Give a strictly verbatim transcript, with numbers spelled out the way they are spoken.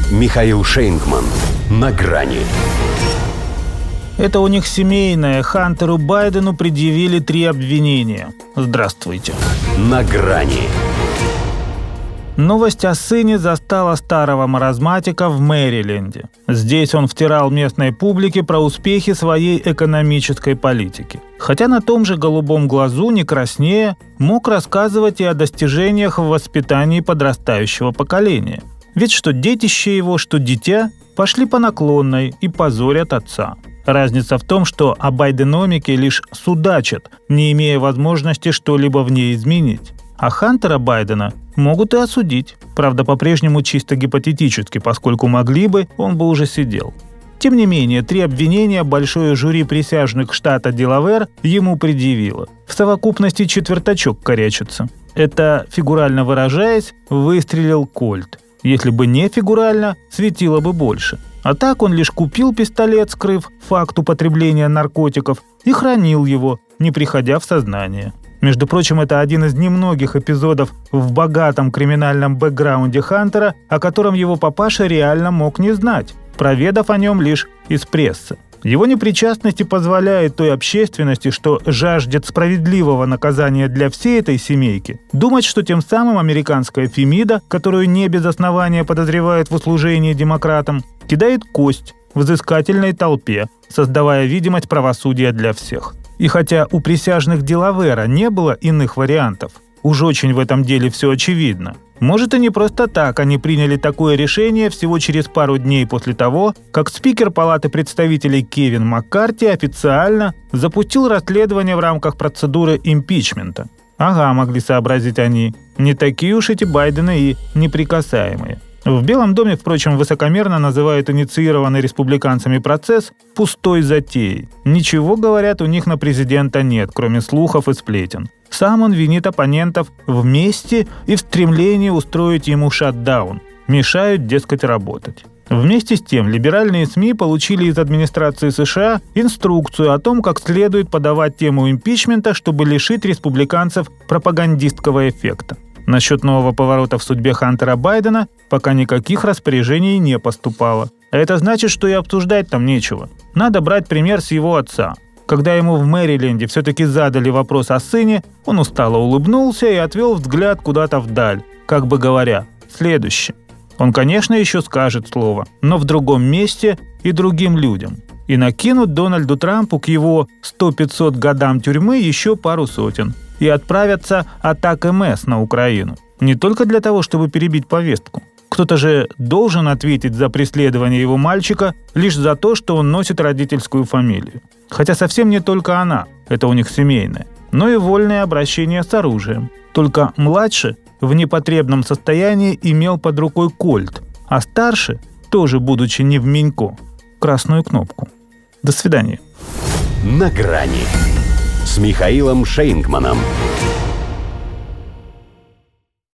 Михаил Шейнгман. На грани. Это у них семейное. Хантеру Байдену предъявили три обвинения. Здравствуйте. На грани. Новость о сыне застала старого маразматика в Мэриленде. Здесь он втирал местной публике про успехи своей экономической политики. Хотя на том же голубом глазу, не краснея, мог рассказывать и о достижениях в воспитании подрастающего поколения. Ведь что детище его, что дитя пошли по наклонной и позорят отца. Разница в том, что о байденомике лишь судачат, не имея возможности что-либо в ней изменить. А Хантера Байдена могут и осудить. Правда, по-прежнему чисто гипотетически, поскольку могли бы, он бы уже сидел. Тем не менее, три обвинения большое жюри присяжных штата Делавэр ему предъявило. В совокупности четвертачок корячится. Это, фигурально выражаясь, выстрелил Кольт. Если бы не фигурально, светило бы больше. А так он лишь купил пистолет, скрыв факт употребления наркотиков, и хранил его, не приходя в сознание. Между прочим, это один из немногих эпизодов в богатом криминальном бэкграунде Хантера, о котором его папаша реально мог не знать, проведав о нем лишь из прессы. Его непричастность и позволяет той общественности, что жаждет справедливого наказания для всей этой семейки, думать, что тем самым американская Фемида, которую не без основания подозревают в услужении демократам, кидает кость взыскательной толпе, создавая видимость правосудия для всех. И хотя у присяжных Делавэра не было иных вариантов, уж очень в этом деле все очевидно. Может, и не просто так они приняли такое решение всего через пару дней после того, как спикер Палаты представителей Кевин Маккарти официально запустил расследование в рамках процедуры импичмента. Ага, могли сообразить они, не такие уж эти Байдены и неприкасаемые. В Белом доме, впрочем, высокомерно называют инициированный республиканцами процесс пустой затеей. Ничего, говорят, у них на президента нет, кроме слухов и сплетен. Сам он винит оппонентов вместе и в стремлении устроить ему шатдаун. Мешают, дескать, работать. Вместе с тем, либеральные СМИ получили из администрации США инструкцию о том, как следует подавать тему импичмента, чтобы лишить республиканцев пропагандистского эффекта. Насчет нового поворота в судьбе Хантера Байдена пока никаких распоряжений не поступало. А это значит, что и обсуждать там нечего. Надо брать пример с его отца. Когда ему в Мэриленде все-таки задали вопрос о сыне, он устало улыбнулся и отвел взгляд куда-то вдаль, как бы говоря, следующее. Он, конечно, еще скажет слово, но в другом месте и другим людям. И накинут Дональду Трампу к его сто-пятьсот годам тюрьмы еще пару сотен. И отправятся атак эм эс на Украину. Не только для того, чтобы перебить повестку. Кто-то же должен ответить за преследование его мальчика лишь за то, что он носит родительскую фамилию. Хотя совсем не только она, это у них семейное, но и вольное обращение с оружием. Только младше в непотребном состоянии имел под рукой кольт, а старше, тоже будучи не в менько, красную кнопку. До свидания. На грани с Михаилом Шейнгманом.